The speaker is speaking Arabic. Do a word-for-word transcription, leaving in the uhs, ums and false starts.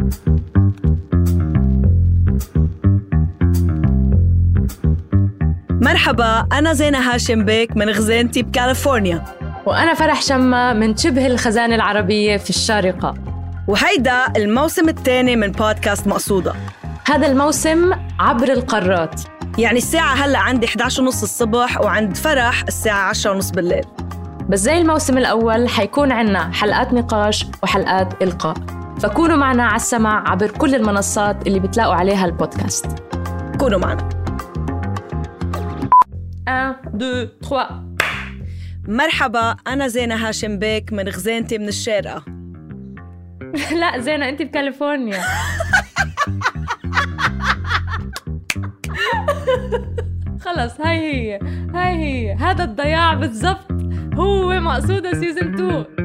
مرحبا، أنا زينة هاشم بيك من غزينتي بكاليفورنيا. وأنا فرح شمة من شبه الخزانة العربية في الشارقة. وهيدا الموسم الثاني من بودكاست مقصودة. هذا الموسم عبر القارات، يعني الساعة هلأ عندي إحدى عشر ونص الصبح وعند فرح الساعة عشرة ونص بالليل. بس زي الموسم الأول حيكون عنا حلقات نقاش وحلقات إلقاء، فكونوا معنا على السمع عبر كل المنصات اللي بتلاقوا عليها البودكاست. كونوا معنا. واحد اثنين ثلاثة. مرحبا، أنا زينة هاشم بيك من غزينتي من الشارقة. لا زينة، أنت بكاليفورنيا. خلص، هاي هي هاي هي هذا الضياع بالضبط هو مقصودة سيزن اثنين.